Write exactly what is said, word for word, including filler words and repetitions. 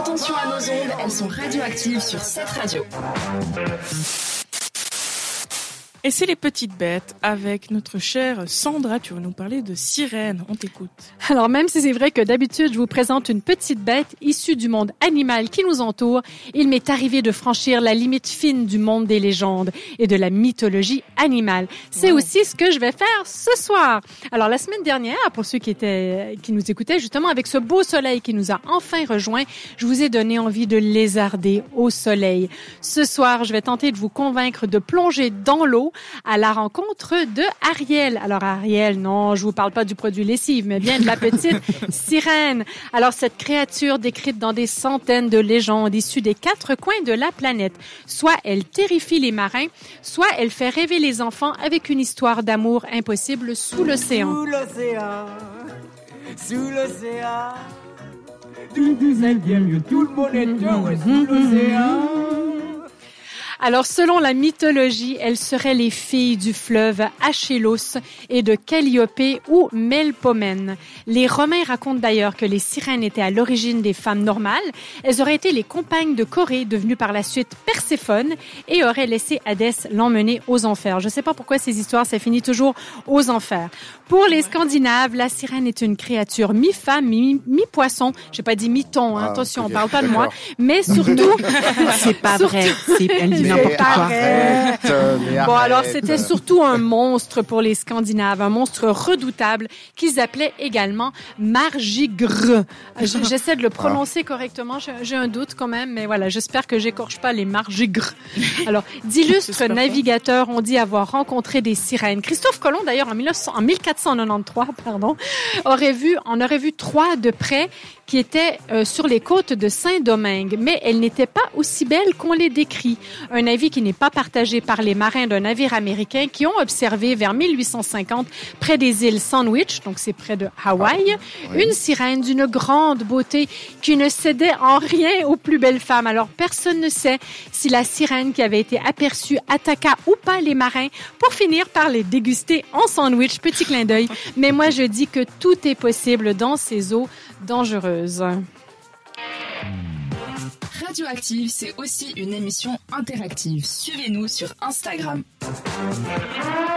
Attention à nos ondes, elles sont radioactives sur cette radio. Et c'est les petites bêtes avec notre chère Sandra. Tu vas nous parler de sirènes. On t'écoute. Alors même si c'est vrai que d'habitude je vous présente une petite bête issue du monde animal qui nous entoure, il m'est arrivé de franchir la limite fine du monde des légendes et de la mythologie animale. C'est wow. aussi ce que je vais faire ce soir. Alors la semaine dernière, pour ceux qui étaient, qui nous écoutaient justement, avec ce beau soleil qui nous a enfin rejoints, je vous ai donné envie de lézarder au soleil. Ce soir, je vais tenter de vous convaincre de plonger dans l'eau à la rencontre de Ariel. Alors Ariel, non, je vous parle pas du produit lessive, mais bien de la petite sirène. Alors cette créature décrite dans des centaines de légendes issues des quatre coins de la planète. Soit elle terrifie les marins, soit elle fait rêver les enfants avec une histoire d'amour impossible sous l'océan. Sous l'océan, sous l'océan, tout est bien mieux, tout le monde est heureux sous l'océan. Alors, selon la mythologie, elles seraient les filles du fleuve Achélos et de Calliope ou Melpomène. Les Romains racontent d'ailleurs que les sirènes étaient à l'origine des femmes normales. Elles auraient été les compagnes de Corée, devenues par la suite Perséphone, et auraient laissé Hadès l'emmener aux enfers. Je ne sais pas pourquoi ces histoires, ça finit toujours aux enfers. Pour les Scandinaves, la sirène est une créature mi-femme, mi- mi-poisson. J'ai pas dit mi-ton, hein. Ah, attention, okay. On parle pas de moi. Mais surtout... c'est pas surtout... vrai. C'est... Elle dit n'importe quoi. Arrête, bon, alors, c'était surtout un monstre pour les Scandinaves, un monstre redoutable qu'ils appelaient également Margigr. J'essaie de le prononcer ah. correctement. J'ai un doute quand même, mais voilà, j'espère que j'écorche pas les Margigr. Alors, d'illustres navigateurs ont dit avoir rencontré des sirènes. Christophe Colomb, d'ailleurs, en, en mille quatre cent quatre-vingt-treize, pardon, aurait vu, on aurait vu trois de près qui étaient euh, sur les côtes de Saint-Domingue, mais elles n'étaient pas aussi belles qu'on les décrit. Un avis qui n'est pas partagé par les marins d'un navire américain qui ont observé vers mille huit cent cinquante, près des îles Sandwich, donc c'est près de Hawaï, ah, oui. une sirène d'une grande beauté qui ne cédait en rien aux plus belles femmes. Alors personne ne sait si la sirène qui avait été aperçue attaqua ou pas les marins pour finir par les déguster en sandwich. Petit clin d'œil. Mais moi je dis que tout est possible dans ces eaux dangereuses. Radioactive, c'est aussi une émission interactive. Suivez-nous sur Instagram.